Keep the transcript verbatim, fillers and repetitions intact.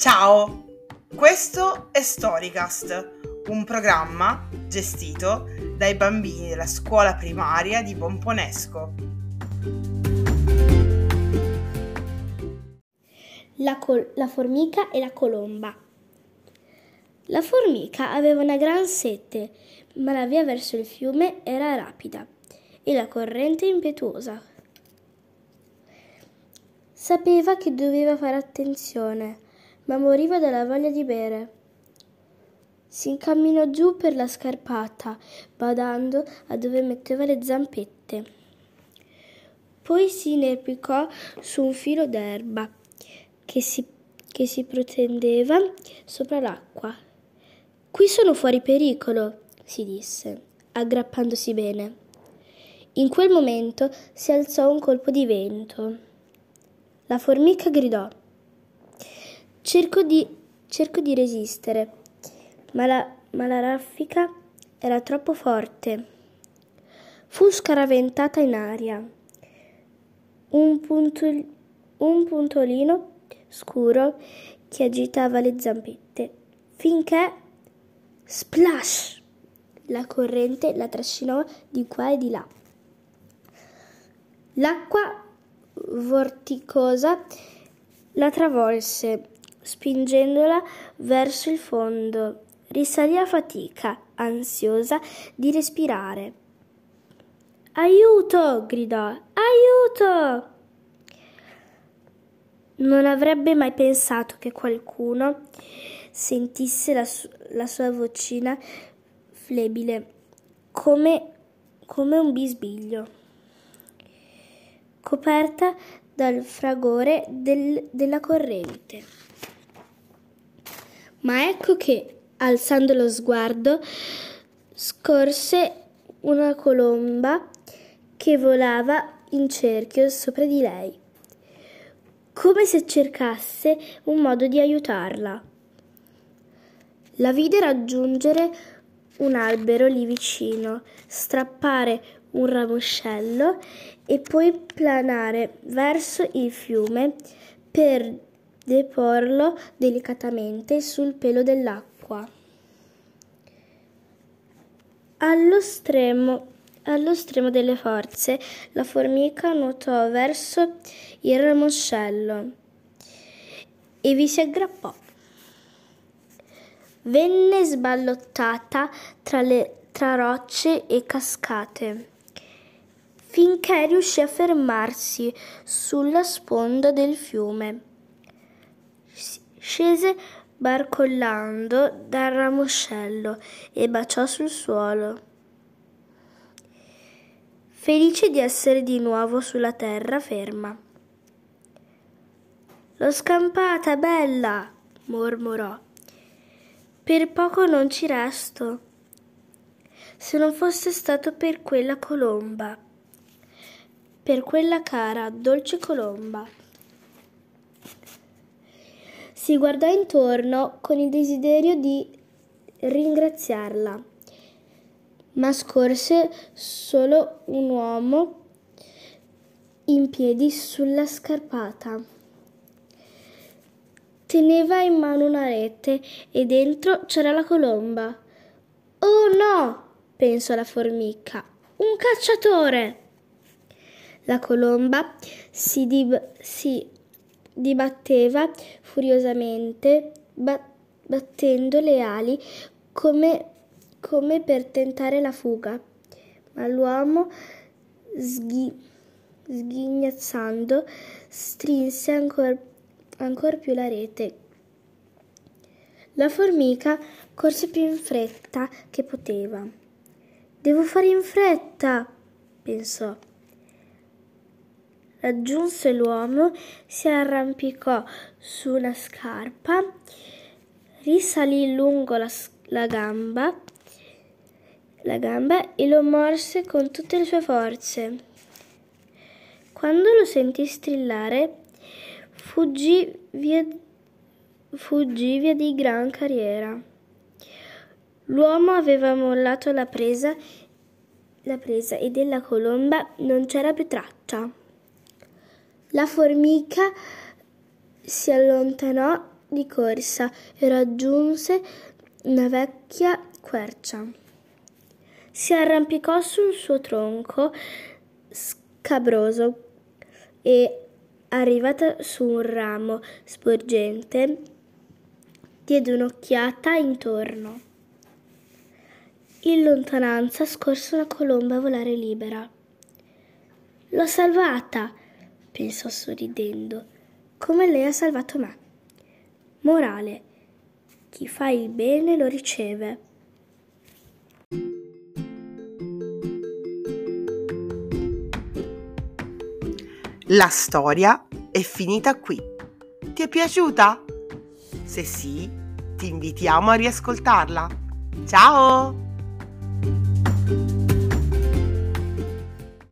Ciao, questo è Storycast, un programma gestito dai bambini della scuola primaria di Pomponesco. La, col- la formica e la colomba. La formica aveva una gran sete, ma la via verso il fiume era rapida e la corrente impetuosa. Sapeva che doveva fare attenzione, ma moriva dalla voglia di bere. Si incamminò giù per la scarpata, badando a dove metteva le zampette. Poi si inerpicò su un filo d'erba che si, che si protendeva sopra l'acqua. «Qui sono fuori pericolo», si disse, aggrappandosi bene. In quel momento si alzò un colpo di vento. La formica gridò: Cerco di, cerco di resistere, ma la, ma la raffica era troppo forte. Fu scaraventata in aria. Un, puntol, un puntolino scuro che agitava le zampette, finché, splash, la corrente la trascinò di qua e di là. L'acqua vorticosa la travolse, spingendola verso il fondo. Risalì a fatica, ansiosa di respirare. «Aiuto!» gridò. «Aiuto!» Non avrebbe mai pensato che qualcuno sentisse la, su- la sua vocina flebile, come, come un bisbiglio, coperta dal fragore del, della corrente. Ma ecco che, alzando lo sguardo, scorse una colomba che volava in cerchio sopra di lei, come se cercasse un modo di aiutarla. La vide raggiungere un albero lì vicino, strappare un ramoscello e poi planare verso il fiume per deporlo delicatamente sul pelo dell'acqua. Allo stremo, allo stremo delle forze, la formica nuotò verso il ramoscello e vi si aggrappò. Venne sballottata tra, le, tra rocce e cascate, finché riuscì a fermarsi sulla sponda del fiume. Scese barcollando dal ramoscello e baciò sul suolo. Felice di essere di nuovo sulla terra ferma. «L'ho scampata, bella!» mormorò. «Per poco non ci resto. Se non fosse stato per quella colomba, per quella cara, dolce colomba». Si guardò intorno con il desiderio di ringraziarla, ma scorse solo un uomo in piedi sulla scarpata. Teneva in mano una rete e dentro c'era la colomba. «Oh no!» pensò la formica. «Un cacciatore!» La colomba si, dib- si dibatteva furiosamente, bat- battendo le ali come, come per tentare la fuga, ma l'uomo, sghi- sghignazzando, strinse ancora ancor più la rete. La formica corse più in fretta che poteva. «Devo fare in fretta», pensò. Raggiunse l'uomo, si arrampicò su una scarpa, risalì lungo la, la gamba, la gamba e lo morse con tutte le sue forze. Quando lo sentì strillare, fuggì via, fuggì via di gran carriera. L'uomo aveva mollato la presa, la presa e della colomba non c'era più traccia. La formica si allontanò di corsa e raggiunse una vecchia quercia. Si arrampicò sul suo tronco scabroso e, arrivata su un ramo sporgente, diede un'occhiata intorno. In lontananza scorse una colomba a volare libera. «L'ho salvata!» pensò sorridendo, «come lei ha salvato me». Morale: chi fa il bene lo riceve. La storia è finita qui. Ti è piaciuta? Se sì, ti invitiamo a riascoltarla. Ciao!